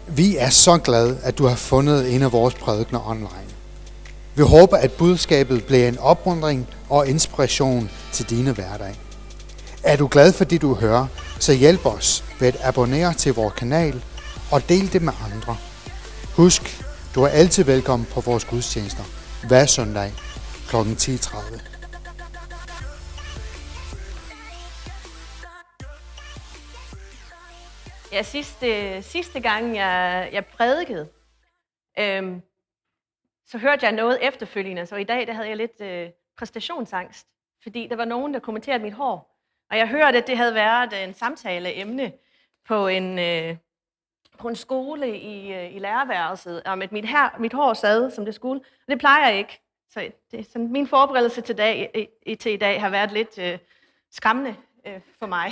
Vi er så glade, at du har fundet en af vores prædikener online. Vi håber, at budskabet bliver en opmuntring og inspiration til dine hverdag. Er du glad for det, du hører, så hjælp os ved at abonnere til vores kanal og del det med andre. Husk, du er altid velkommen på vores gudstjenester hver søndag kl. 10:30. Ja, sidste gang jeg prædikede, så hørte jeg noget efterfølgende. Så i dag der havde jeg lidt præstationsangst, fordi der var nogen, der kommenterede mit hår. Og jeg hørte, at det havde været en samtaleemne på en skole i lærerværelset, om at mit hår sad, som det skulle. Og det plejer jeg ikke. Så det, sådan, min forberedelse til i dag har været lidt skræmmende for mig.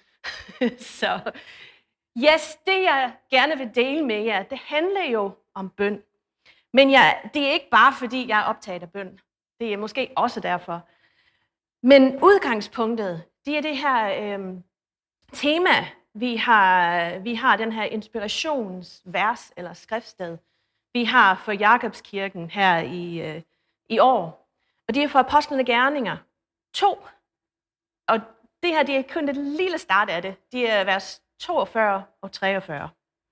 Så yes, det jeg gerne vil dele med jer, det handler jo om bøn. Men det er ikke bare fordi, jeg er optaget af bøn. Det er måske også derfor. Men udgangspunktet, det er det her tema, vi har den her inspirationsvers eller skriftsted, vi har for Jakobskirken her i år. Og det er for Apostlene Gerninger 2. Og det her, det er kun et lille start af det. Det er vers 42 og 43.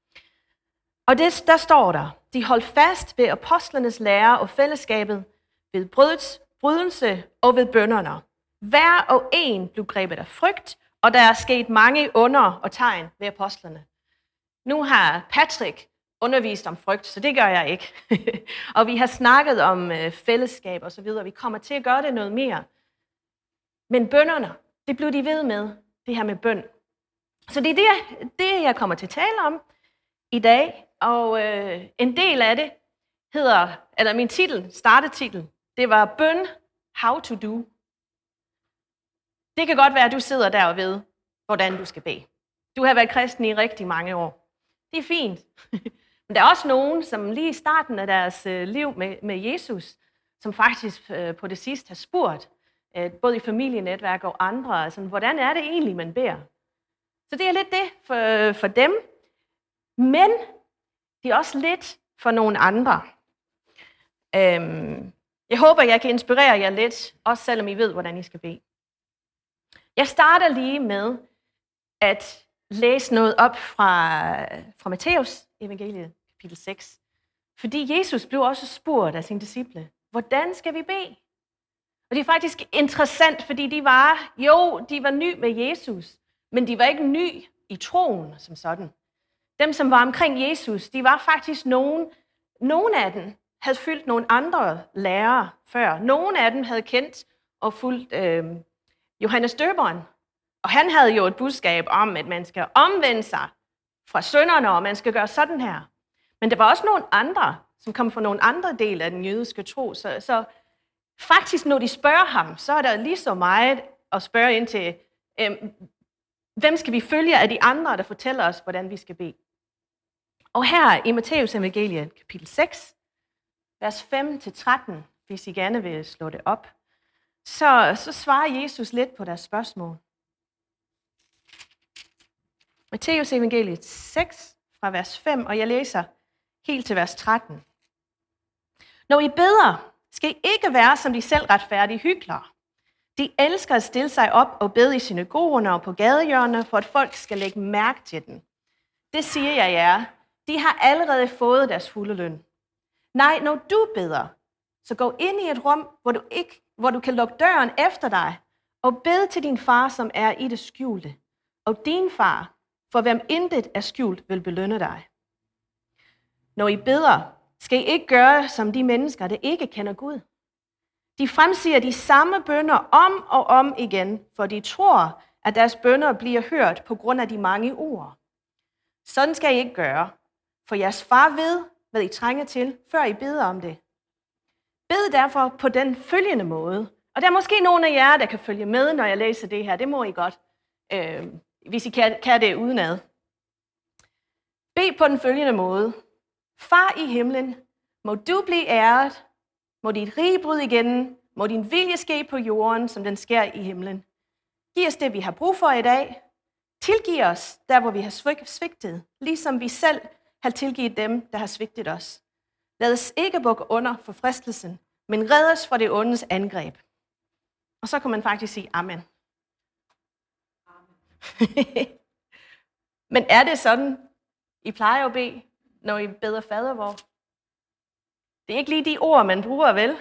Og der står der, de holdt fast ved apostlenes lære og fællesskabet, ved brydelse og ved bønnerne. Hver og en blev grebet af frygt, og der er sket mange under og tegn ved apostlene. Nu har Patrick undervist om frygt, så det gør jeg ikke. Og vi har snakket om fællesskab og så videre. Vi kommer til at gøre det noget mere. Men bønnerne, det blev de ved med, det her med bøn. Så det er det, jeg kommer til at tale om i dag. Og en del af det hedder, eller min startetitel, det var Bøn, How to Do. Det kan godt være, at du sidder der og ved, hvordan du skal bede. Du har været kristen i rigtig mange år. Det er fint. Men der er også nogen, som lige i starten af deres liv med Jesus, som faktisk på det sidste har spurgt, både i familienetværk og andre, altså, hvordan er det egentlig, man beder? Så det er lidt det for dem, men det er også lidt for nogle andre. Jeg håber, jeg kan inspirere jer lidt, også selvom I ved, hvordan I skal bede. Jeg starter lige med at læse noget op fra Matthæus evangeliet, kapitel 6. Fordi Jesus blev også spurgt af sine disciple, hvordan skal vi bede? Og det er faktisk interessant, fordi de var ny med Jesus, men de var ikke ny i troen som sådan. Dem, som var omkring Jesus, de var faktisk nogle af dem havde fulgt nogle andre lærere før. Nogle af dem havde kendt og fulgt Johannes Døberen. Og han havde jo et budskab om, at man skal omvende sig fra synderne, og man skal gøre sådan her. Men der var også nogle andre, som kom fra nogle andre dele af den jødiske tro. Så faktisk, når de spørger ham, så er der lige så meget at spørge ind til, hvem skal vi følge af de andre, der fortæller os, hvordan vi skal bede. Og her i Matthæus evangeliet, kapitel 6, vers 5-13, hvis I gerne vil slå det op, så svarer Jesus lidt på deres spørgsmål. Matthæus evangeliet 6, fra vers 5, og jeg læser helt til vers 13. Når I beder, skal I ikke være som de selvretfærdige hyklere. De elsker at stille sig op og bede i synagogerne og på gadehjørner, for at folk skal lægge mærke til den. Det siger jeg jer. De har allerede fået deres fulde løn. Nej, når du beder, så gå ind i et rum, hvor du kan lukke døren efter dig, og bede til din far, som er i det skjulte. Og din far, for hvem intet er skjult, vil belønne dig. Når I beder, skal I ikke gøre som de mennesker, der ikke kender Gud. De fremsiger de samme bønner om og om igen, for de tror, at deres bønner bliver hørt på grund af de mange ord. Sådan skal I ikke gøre, for jeres far ved, hvad I trænger til, før I beder om det. Bed derfor på den følgende måde. Og der er måske nogle af jer, der kan følge med, når jeg læser det her. Det må I godt, hvis I kan det udenad. Bed på den følgende måde. Far i himlen, må du blive æret. Må dit rige bryde igen. Må din vilje ske på jorden, som den sker i himlen. Giv os det, vi har brug for i dag. Tilgiv os, der hvor vi har svigtet, ligesom vi selv tilgivet dem, der har svigtet os. Lad os ikke bukke under for fristelsen, men red os fra det ondes angreb. Og så kan man faktisk sige amen. Men er det sådan, I plejer at bede, når I beder fader vor? Det er ikke lige de ord, man bruger, vel?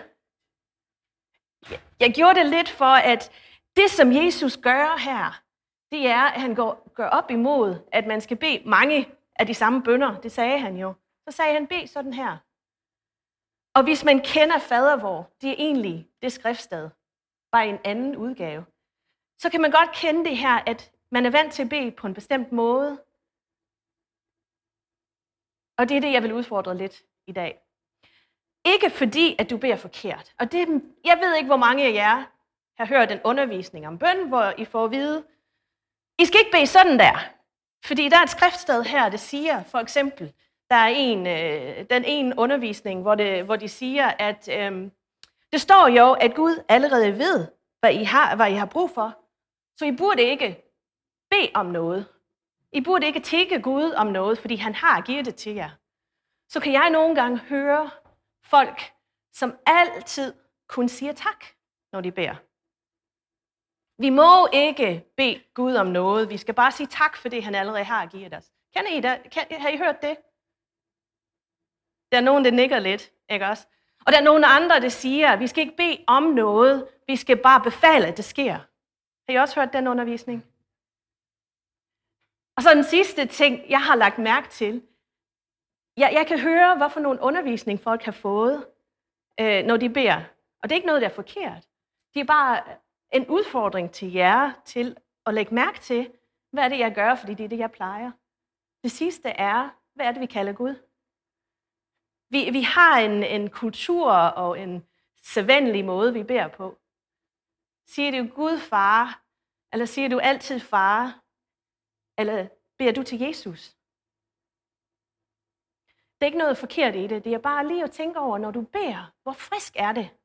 Jeg gjorde det lidt for, at det, som Jesus gør her, det er, at han gør op imod, at man skal bede mange af de samme bønner. Det sagde han jo. Så sagde han, bed sådan her. Og hvis man kender fader vor, det er egentlig det skriftsted, bare i en anden udgave, så kan man godt kende det her, at man er vant til at bede på en bestemt måde. Og det er det, jeg vil udfordre lidt i dag. Ikke fordi, at du beder forkert. Og jeg ved ikke, hvor mange af jer har hørt en undervisning om bøn, hvor I får at vide, I skal ikke bede sådan der. Fordi der er et skriftsted her, der siger, for eksempel, der er den ene undervisning, hvor de siger, at det står jo, at Gud allerede ved, hvad I har brug for. Så I burde ikke bede om noget. I burde ikke tikke Gud om noget, fordi han har givet det til jer. Så kan jeg nogle gange høre folk, som altid kun siger tak, når de beder. Vi må ikke bede Gud om noget. Vi skal bare sige tak for det, han allerede har givet os. Kender I det? Har I hørt det? Der er nogen, der nikker lidt, ikke også? Og der er nogle andre, der siger, at vi skal ikke bede om noget. Vi skal bare befale, at det sker. Har I også hørt den undervisning? Og så den sidste ting, jeg har lagt mærke til. Jeg kan høre, hvorfor nogle undervisning folk har fået, når de beder. Og det er ikke noget, der er forkert. Det er bare en udfordring til jer til at lægge mærke til, hvad er det, jeg gør, fordi det er det, jeg plejer. Det sidste er, hvad er det, vi kalder Gud? Vi har en kultur og en sædvanlig måde, vi beder på. Siger du Gud far, eller siger du altid far, eller beder du til Jesus? Det er ikke noget forkert i det. Det er bare lige at tænke over, når du beder, hvor frisk er det?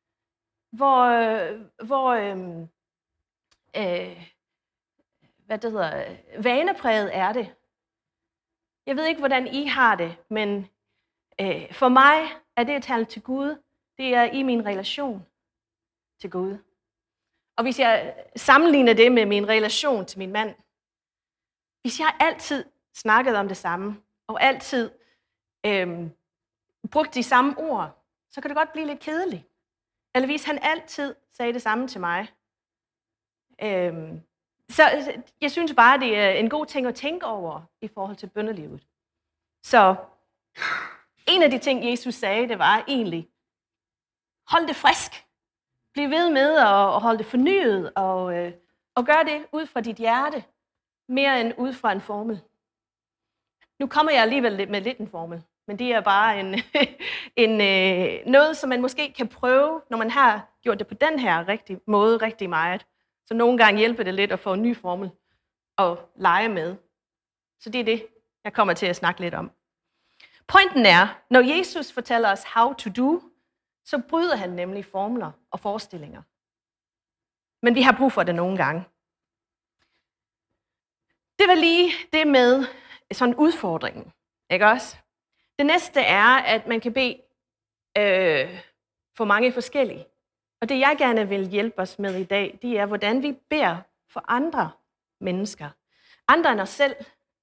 Vanepræget er det? Jeg ved ikke, hvordan I har det, men for mig er det at tale til Gud, det er i min relation til Gud. Og hvis jeg sammenligner det med min relation til min mand, hvis jeg altid snakkede om det samme, og altid brugte de samme ord, så kan det godt blive lidt kedeligt. Eller hvis han altid sagde det samme til mig. Så jeg synes bare, det er en god ting at tænke over i forhold til bønnelivet. Så en af de ting, Jesus sagde, det var egentlig, hold det frisk. Bliv ved med at holde det fornyet, og gør det ud fra dit hjerte, mere end ud fra en formel. Nu kommer jeg alligevel med lidt en formel, men det er bare noget, som man måske kan prøve, når man har gjort det på den her måde rigtig meget. Så nogle gange hjælper det lidt at få en ny formel og lege med. Så det er det, jeg kommer til at snakke lidt om. Pointen er, når Jesus fortæller os how to do, så bryder han nemlig formler og forestillinger. Men vi har brug for det nogle gange. Det var lige det med sådan udfordringen, ikke også? Det næste er, at man kan bede for mange forskellige. Og det jeg gerne vil hjælpe os med i dag, det er, hvordan vi beder for andre mennesker. Andre end os selv.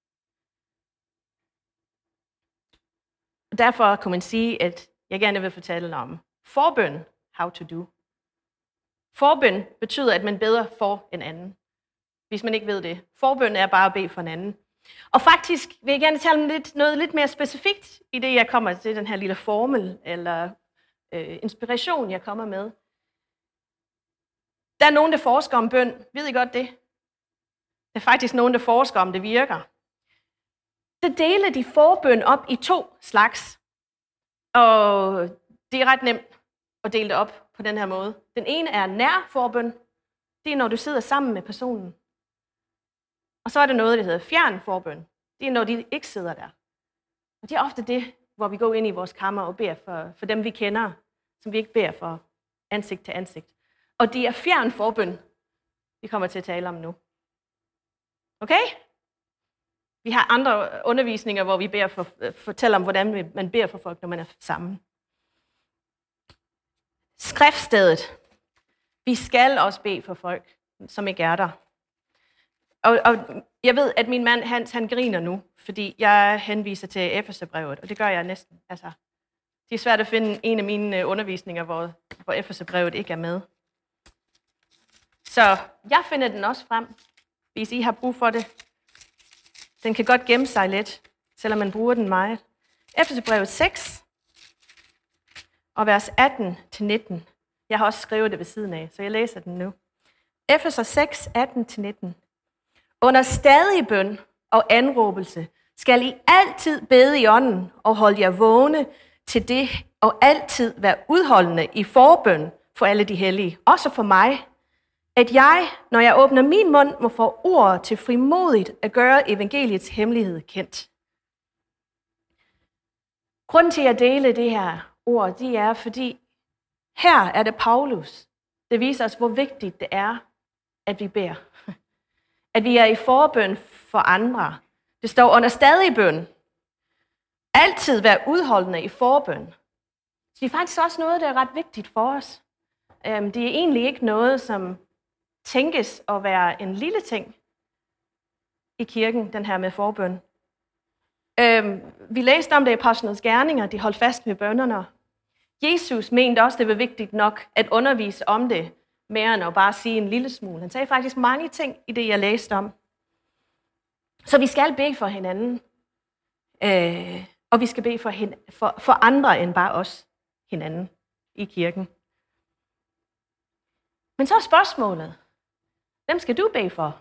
Og derfor kan man sige, at jeg gerne vil fortælle om forbøn, how to do. Forbøn betyder, at man beder for en anden. Hvis man ikke ved det. Forbøn er bare at bede for en anden. Og faktisk vil jeg gerne tale om noget lidt mere specifikt, i det jeg kommer til den her lille formel, eller inspiration, jeg kommer med. Der er nogen, der forsker om bøn. Ved I godt det? Der er faktisk nogen, der forsker om det virker. Der deler de forbøn op i 2 slags. Og det er ret nemt at dele det op på den her måde. Den ene er nær forbøn. Det er, når du sidder sammen med personen. Og så er der noget, der hedder fjern forbøn. Det er, når de ikke sidder der. Og det er ofte det, hvor vi går ind i vores kammer og beder for dem, vi kender, som vi ikke beder for ansigt til ansigt. Og det er fjern forbøn, vi kommer til at tale om nu. Okay? Vi har andre undervisninger, hvor vi fortæller om, hvordan man beder for folk, når man er sammen. Skriftstedet. Vi skal også bede for folk, som ikke er der. Og jeg ved, at min mand Hans, han griner nu, fordi jeg henviser til Efeserbrevet, og det gør jeg næsten. Altså, det er svært at finde en af mine undervisninger, hvor Efeserbrevet ikke er med. Så jeg finder den også frem, hvis I har brug for det. Den kan godt gemme sig lidt, selvom man bruger den meget. Efeserbrevet 6 og vers 18-19. Jeg har også skrevet det ved siden af, så jeg læser den nu. Efeser 6, 18-19. Under stadig bøn og anråbelse skal I altid bede i ånden og holde jer vågne til det, og altid være udholdende i forbøn for alle de hellige, også for mig, at jeg, når jeg åbner min mund, må få ord til frimodigt at gøre evangeliets hemmelighed kendt. Grunden til at dele det her ord, det er, fordi her er det Paulus, der viser os, hvor vigtigt det er, at vi beder. At vi er i forbøn for andre. Det står under stadig bøn. Altid være udholdende i forbøn. Så det er faktisk også noget, der er ret vigtigt for os. Det er egentlig ikke noget, som tænkes at være en lille ting i kirken, den her med forbøn. Vi læste om det i Apostlenes Gerninger, de holdt fast med bønnerne. Jesus mente også, det var vigtigt nok at undervise om det, mere end at bare sige en lille smule. Han sagde faktisk mange ting i det, jeg læste om. Så vi skal bede for hinanden. Og vi skal bede for andre end bare os, hinanden, i kirken. Men så er spørgsmålet, hvem skal du bede for?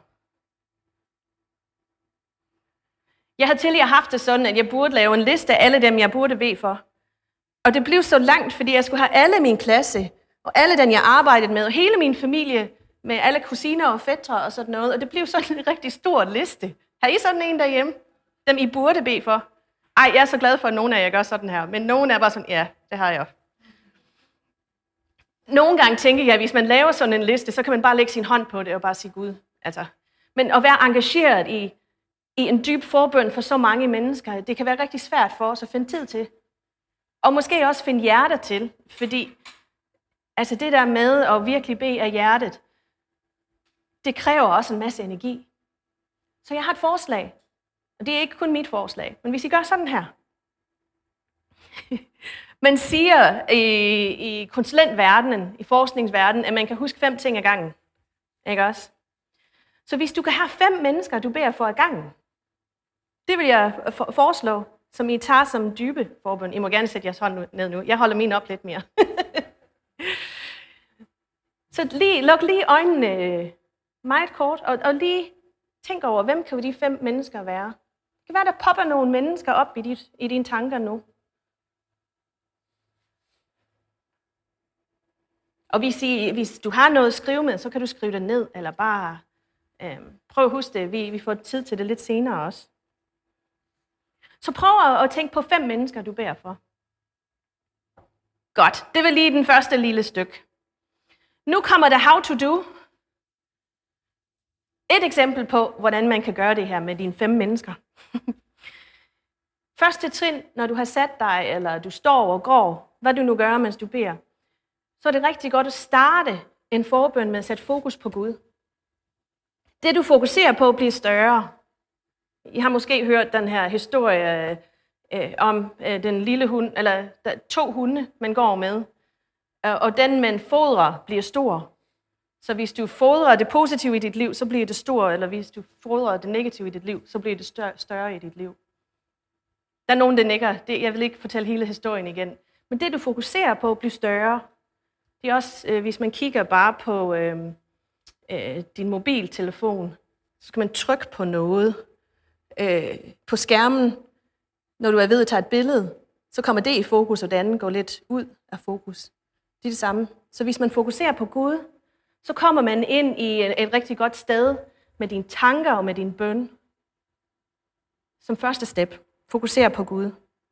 Jeg havde tidligere haft det sådan, at jeg burde lave en liste af alle dem, jeg burde bede for. Og det blev så langt, fordi jeg skulle have alle min klasse, og alle den, jeg arbejdede med, og hele min familie, med alle kusiner og fætre og sådan noget. Og det blev sådan en rigtig stor liste. Har I sådan en derhjemme? Dem I burde bede for? Ej, jeg er så glad for, at nogen af jer gør sådan her. Men nogen er bare sådan, ja, det har jeg. Nogle gange tænker jeg, at hvis man laver sådan en liste, så kan man bare lægge sin hånd på det og bare sige Gud. Altså. Men at være engageret i en dyb forbøn for så mange mennesker, det kan være rigtig svært for os at finde tid til. Og måske også finde hjertet til, fordi altså det der med at virkelig bede af hjertet, det kræver også en masse energi. Så jeg har et forslag, og det er ikke kun mit forslag, men hvis I gør sådan her. Man siger i konsulentverdenen, i forskningsverdenen, at man kan huske 5 ting ad gangen. Ikke også? Så hvis du kan have 5 mennesker, du beder for ad gangen, det vil jeg foreslå, som I tager som dybe forbøn. I må gerne sætte jeres hånd ned nu. Jeg holder min op lidt mere. Så luk lige øjnene meget kort, og lige tænk over, hvem kan de 5 mennesker være? Det kan være, der popper nogle mennesker op i dine tanker nu. Og hvis du har noget at skrive med, så kan du skrive det ned, eller bare prøv at huske det. Vi får tid til det lidt senere også. Så prøv at tænke på 5 mennesker, du beder for. Godt, det var lige den første lille stykke. Nu kommer der how to do. Et eksempel på, hvordan man kan gøre det her med dine 5 mennesker. Første trin, når du har sat dig, eller du står og går, hvad du nu gør, mens du beder, så er det rigtig godt at starte en forbøn med at sætte fokus på Gud. Det, du fokuserer på, bliver større. I har måske hørt den her historie om den lille hund, eller 2 hunde, man går med. Og den, man fodrer, bliver stor. Så hvis du fodrer det positive i dit liv, så bliver det stort, eller hvis du fodrer det negative i dit liv, så bliver det større i dit liv. Der er nogen, der nikker. Jeg vil ikke fortælle hele historien igen. Men det, du fokuserer på, bliver større. Det er også, hvis man kigger bare på din mobiltelefon, så skal man trykke på noget. På skærmen, når du er ved at tage et billede, så kommer det i fokus, og det andet går lidt ud af fokus. Det er det samme. Så hvis man fokuserer på Gud, så kommer man ind i et rigtig godt sted med dine tanker og med din bøn. Som første step, fokuser på Gud.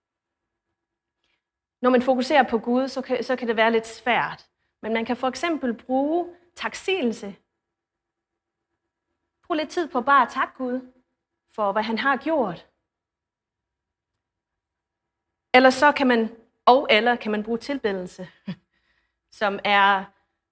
Når man fokuserer på Gud, så kan det være lidt svært. Men man kan for eksempel bruge taksigelse. Brug lidt tid på bare at takke Gud for hvad han har gjort. Eller så kan man bruge tilbedelse, som er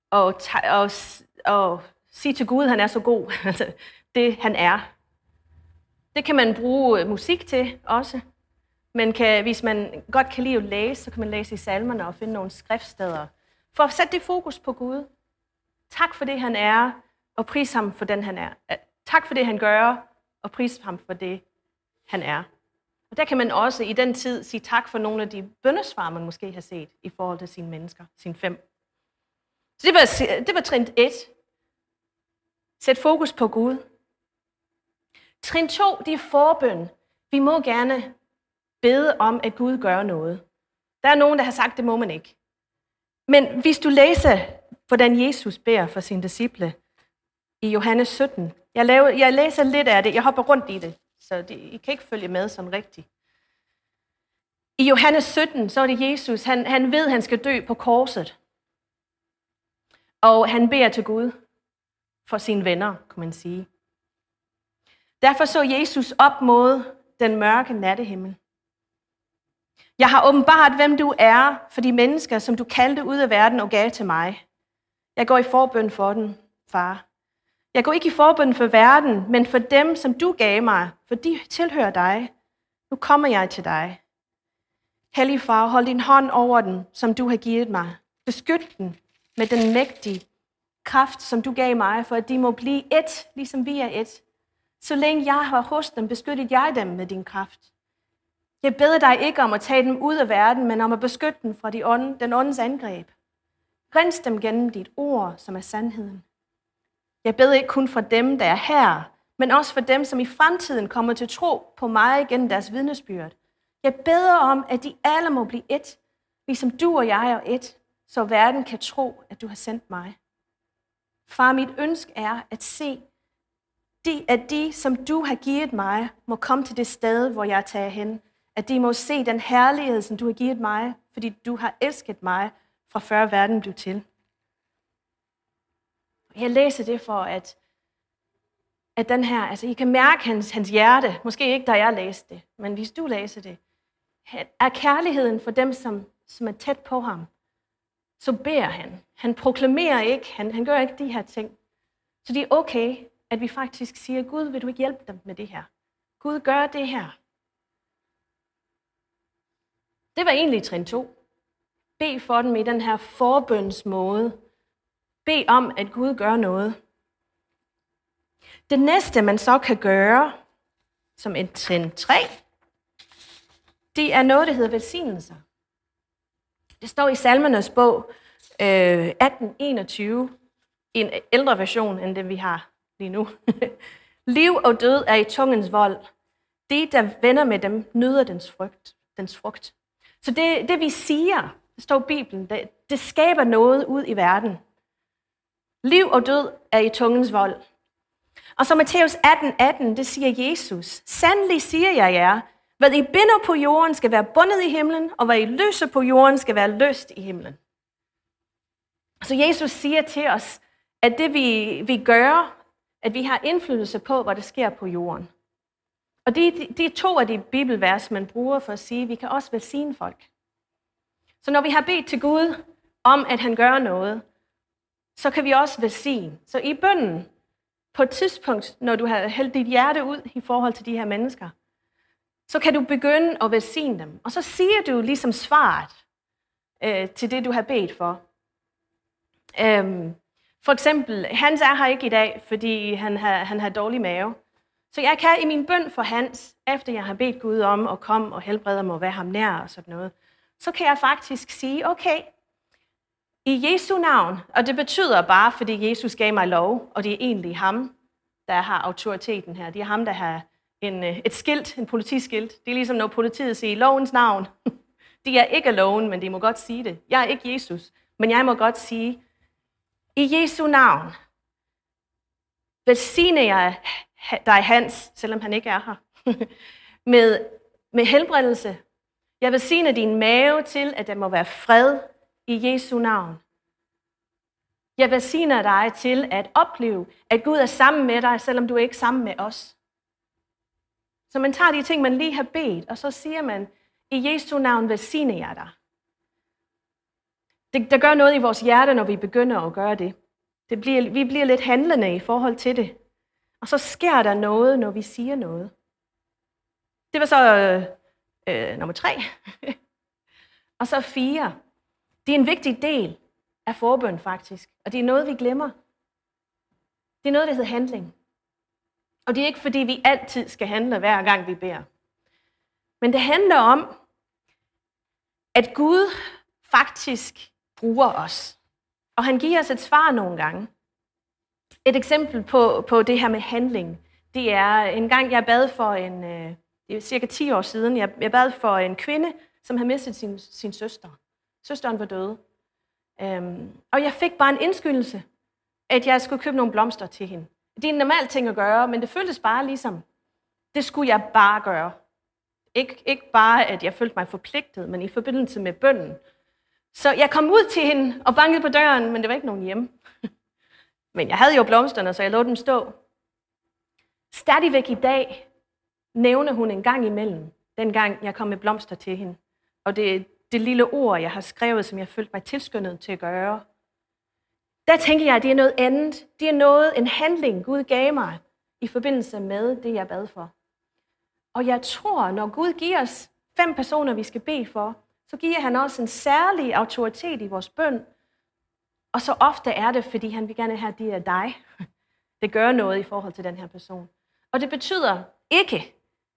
at sige til Gud, at han er så god, altså det han er. Det kan man bruge musik til også. Men hvis man godt kan lide at læse, så kan man læse i salmerne og finde nogle skriftsteder. For at sætte det fokus på Gud. Tak for det, han er, og pris ham for den, han er. Tak for det, han gør, og pris ham for det, han er. Og der kan man også i den tid sige tak for nogle af de bønnesvar, man måske har set i forhold til sine mennesker, sine 5. Så det var trin 1. Sæt fokus på Gud. Trin 2, det er forbøn. Vi må gerne bede om, at Gud gør noget. Der er nogen, der har sagt, det må man ikke. Men hvis du læser, hvordan Jesus beder for sine disciple i Johannes 17. Jeg læser lidt af det. Jeg hopper rundt i det, så I kan ikke følge med sådan rigtigt. I Johannes 17, så er det Jesus. Han ved, han skal dø på korset. Og han beder til Gud for sine venner, kan man sige. Derfor så Jesus op mod den mørke nattehimmel. Jeg har åbenbart, hvem du er, for de mennesker, som du kaldte ud af verden og gav til mig. Jeg går i forbøn for den, far. Jeg går ikke i forbøn for verden, men for dem, som du gav mig, for de tilhører dig. Nu kommer jeg til dig. Hellige far, hold din hånd over den, som du har givet mig. Beskyt den med den mægtige kraft, som du gav mig, for at de må blive ét, ligesom vi er ét. Så længe jeg har hos dem, beskyttet jeg dem med din kraft. Jeg beder dig ikke om at tage dem ud af verden, men om at beskytte dem fra den åndens angreb. Rens dem gennem dit ord, som er sandheden. Jeg beder ikke kun for dem, der er her, men også for dem, som i fremtiden kommer til tro på mig gennem deres vidnesbyrd. Jeg beder om, at de alle må blive ét, ligesom du og jeg er ét, så verden kan tro, at du har sendt mig. Far, mit ønske er at se, at de, som du har givet mig, må komme til det sted, hvor jeg tager hen. At de må se den herlighed, som du har givet mig, fordi du har elsket mig fra før verden blev til. Jeg læser det for, at den her, altså I kan mærke hans hjerte, måske ikke da jeg læste det, men hvis du læser det, er kærligheden for dem, som er tæt på ham, så beder han. Han proklamerer ikke, han gør ikke de her ting. Så det er okay, at vi faktisk siger, Gud, vil du ikke hjælpe dem med det her? Gud, gør det her. Det var egentlig trin 2. Bed for dem i den her forbønsmåde. Bed om, at Gud gør noget. Det næste, man så kan gøre, som en trin 3, det er noget, der hedder velsignelser. Det står i Salmernes bog 18:21, i en ældre version end det, vi har lige nu. Liv og død er i tungens vold. De, der vender med dem, nyder dens frugt. Så det vi siger, det står i Bibelen, det skaber noget ud i verden. Liv og død er i tungens vold. Og så Matthæus 18:18, det siger Jesus. Sandelig siger jeg jer, hvad I binder på jorden skal være bundet i himlen, og hvad I løser på jorden skal være løst i himlen. Så Jesus siger til os, at det vi gør, at vi har indflydelse på, hvad der sker på jorden. Og det er 2 af de bibelvers, man bruger for at sige, at vi kan også velsigne folk. Så når vi har bedt til Gud om, at han gør noget, så kan vi også velsigne. Så i bønnen, på et tidspunkt, når du har hældt dit hjerte ud i forhold til de her mennesker, så kan du begynde at velsigne dem. Og så siger du ligesom svaret til det, du har bedt for. For eksempel, Hans er her ikke i dag, fordi han har dårlig mave. Så jeg kan i min bøn for Hans, efter jeg har bedt Gud om at komme og helbrede mig og være ham nær og sådan noget, så kan jeg faktisk sige, okay, i Jesu navn, og det betyder bare, fordi Jesus gav mig lov, og det er egentlig ham, der har autoriteten her. Det er ham, der har et skilt, en politiskilt. Det er ligesom, når politiet siger lovens navn. De er ikke loven, men de må godt sige det. Jeg er ikke Jesus, men jeg må godt sige, i Jesu navn velsigner jeg dig, Hans, selvom han ikke er her, med helbredelse. Jeg velsigner din mave til, at der må være fred i Jesu navn. Jeg velsigner dig til at opleve, at Gud er sammen med dig, selvom du ikke er sammen med os. Så man tager de ting, man lige har bedt, og så siger man, i Jesu navn velsigne jeg dig. Der gør noget i vores hjerte, når vi begynder at gøre det. Vi bliver lidt handlende i forhold til det. Og så sker der noget, når vi siger noget. Det var så nummer 3. Og så 4. Det er en vigtig del af forbøn faktisk. Og det er noget, vi glemmer. Det er noget, der hedder handling. Og det er ikke, fordi vi altid skal handle, hver gang vi beder. Men det handler om, at Gud faktisk bruger os. Og han giver os et svar nogle gange. Et eksempel på det her med handling, det er en gang, jeg bad for det er cirka 10 år siden, jeg bad for en kvinde, som havde mistet sin søster. Søsteren var døde. Og jeg fik bare en indskyldelse, at jeg skulle købe nogle blomster til hende. Det er en normal ting at gøre, men det føltes bare ligesom, det skulle jeg bare gøre. Ikke bare, at jeg følte mig forpligtet, men i forbindelse med bønnen. Så jeg kom ud til hende og bankede på døren, men det var ikke nogen hjemme. Men jeg havde jo blomsterne, så jeg lod dem stå. Stadigvæk i dag nævner hun en gang imellem, dengang jeg kom med blomster til hende. Og det lille ord, jeg har skrevet, som jeg følte mig tilskyndet til at gøre. Der tænker jeg, at det er noget andet. Det er en handling, Gud gav mig i forbindelse med det, jeg bad for. Og jeg tror, når Gud giver os 5 personer, vi skal bede for, så giver han også en særlig autoritet i vores bøn. Og så ofte er det, fordi han vil gerne have, at det er dig. Det gør noget i forhold til den her person. Og det betyder ikke,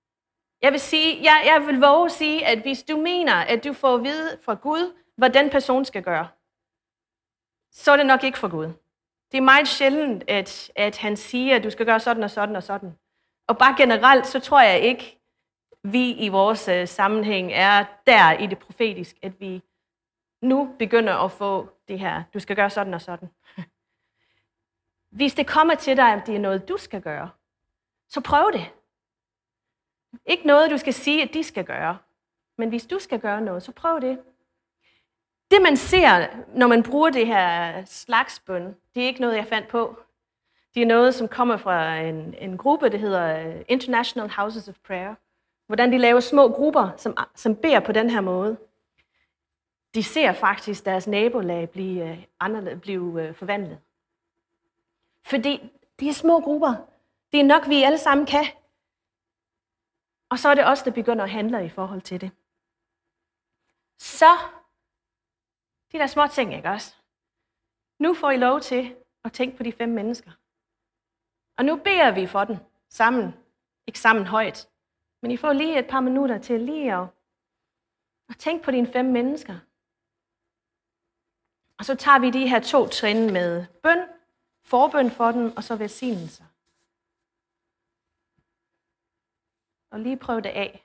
jeg vil våge at sige, at hvis du mener, at du får at vide fra Gud, hvad den person skal gøre, så er det nok ikke for Gud. Det er meget sjældent, at han siger, at du skal gøre sådan og sådan og sådan. Og bare generelt, så tror jeg ikke, vi i vores sammenhæng er der i det profetiske, at vi nu begynder at få det her, du skal gøre sådan og sådan. Hvis det kommer til dig, at det er noget, du skal gøre, så prøv det. Ikke noget, du skal sige, at de skal gøre. Men hvis du skal gøre noget, så prøv det. Det, man ser, når man bruger det her slags bøn, det er ikke noget, jeg fandt på. Det er noget, som kommer fra en gruppe, der hedder International Houses of Prayer. Hvordan de laver små grupper, som beder på den her måde. De ser faktisk deres nabolag blive forvandlet. Fordi de er små grupper. Det er nok, vi alle sammen kan. Og så er det os, der begynder at handle i forhold til det. Så, de der små ting, ikke også? Nu får I lov til at tænke på de 5 mennesker. Og nu beder vi for den sammen. Ikke sammen højt. Men I får lige et par minutter til lige at tænke på dine 5 mennesker. Og så tager vi de her 2 trin med bøn, forbøn for dem, og så velsignelser. Og lige prøv det af.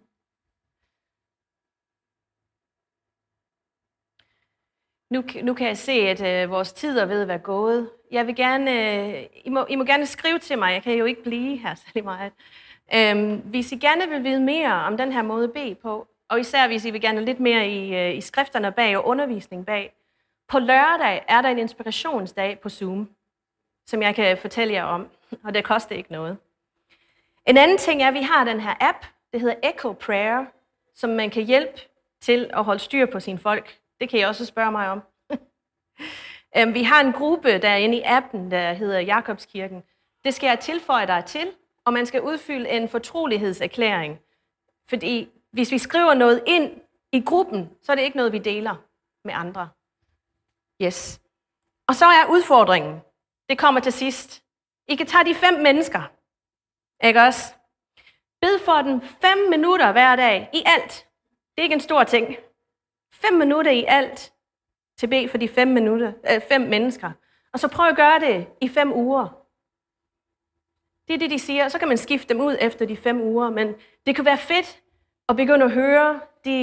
Nu kan jeg se, at vores tid er ved at være gået. Jeg vil gerne, I må gerne skrive til mig, jeg kan jo ikke blive her særlig meget. Hvis I gerne vil vide mere om den her måde at bede på, og især hvis I vil gerne lidt mere i skrifterne bag og undervisning bag, på lørdag er der en inspirationsdag på Zoom, som jeg kan fortælle jer om, og det koster ikke noget. En anden ting er, at vi har den her app, det hedder Echo Prayer, som man kan hjælpe til at holde styr på sine folk. Det kan I også spørge mig om. Vi har en gruppe derinde i appen, der hedder Jakobskirken. Det skal jeg tilføje dig til, og man skal udfylde en fortrolighedserklæring. Fordi hvis vi skriver noget ind i gruppen, så er det ikke noget, vi deler med andre. Yes. Og så er udfordringen. Det kommer til sidst. I kan tage de 5 mennesker. Ikke også? Bed for dem 5 minutter hver dag i alt. Det er ikke en stor ting. 5 minutter i alt til bed for de 5 mennesker. Og så prøv at gøre det i 5 uger. Det er det, de siger. Så kan man skifte dem ud efter de 5 uger. Men det kan være fedt at begynde at høre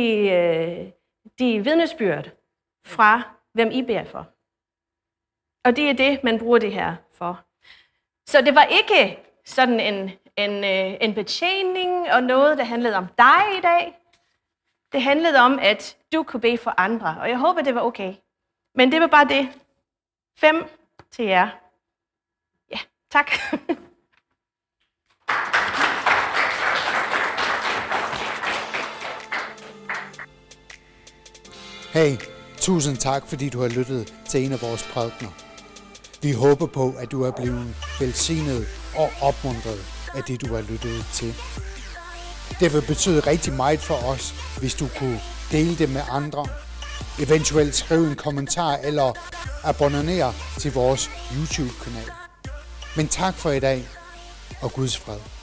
de vidnesbyrd fra, hvem I beder for. Og det er det, man bruger det her for. Så det var ikke sådan en betjening og noget, der handlede om dig i dag. Det handlede om, at du kunne bede for andre. Og jeg håber, det var okay. Men det var bare det. 5 til jer. Ja, tak. Hey, tusind tak, fordi du har lyttet til en af vores prædikener. Vi håber på, at du er blevet velsignet og opmuntret af det, du har lyttet til. Det vil betyde rigtig meget for os, hvis du kunne dele det med andre. Eventuelt skrive en kommentar eller abonnere til vores YouTube-kanal. Men tak for i dag, og Guds fred.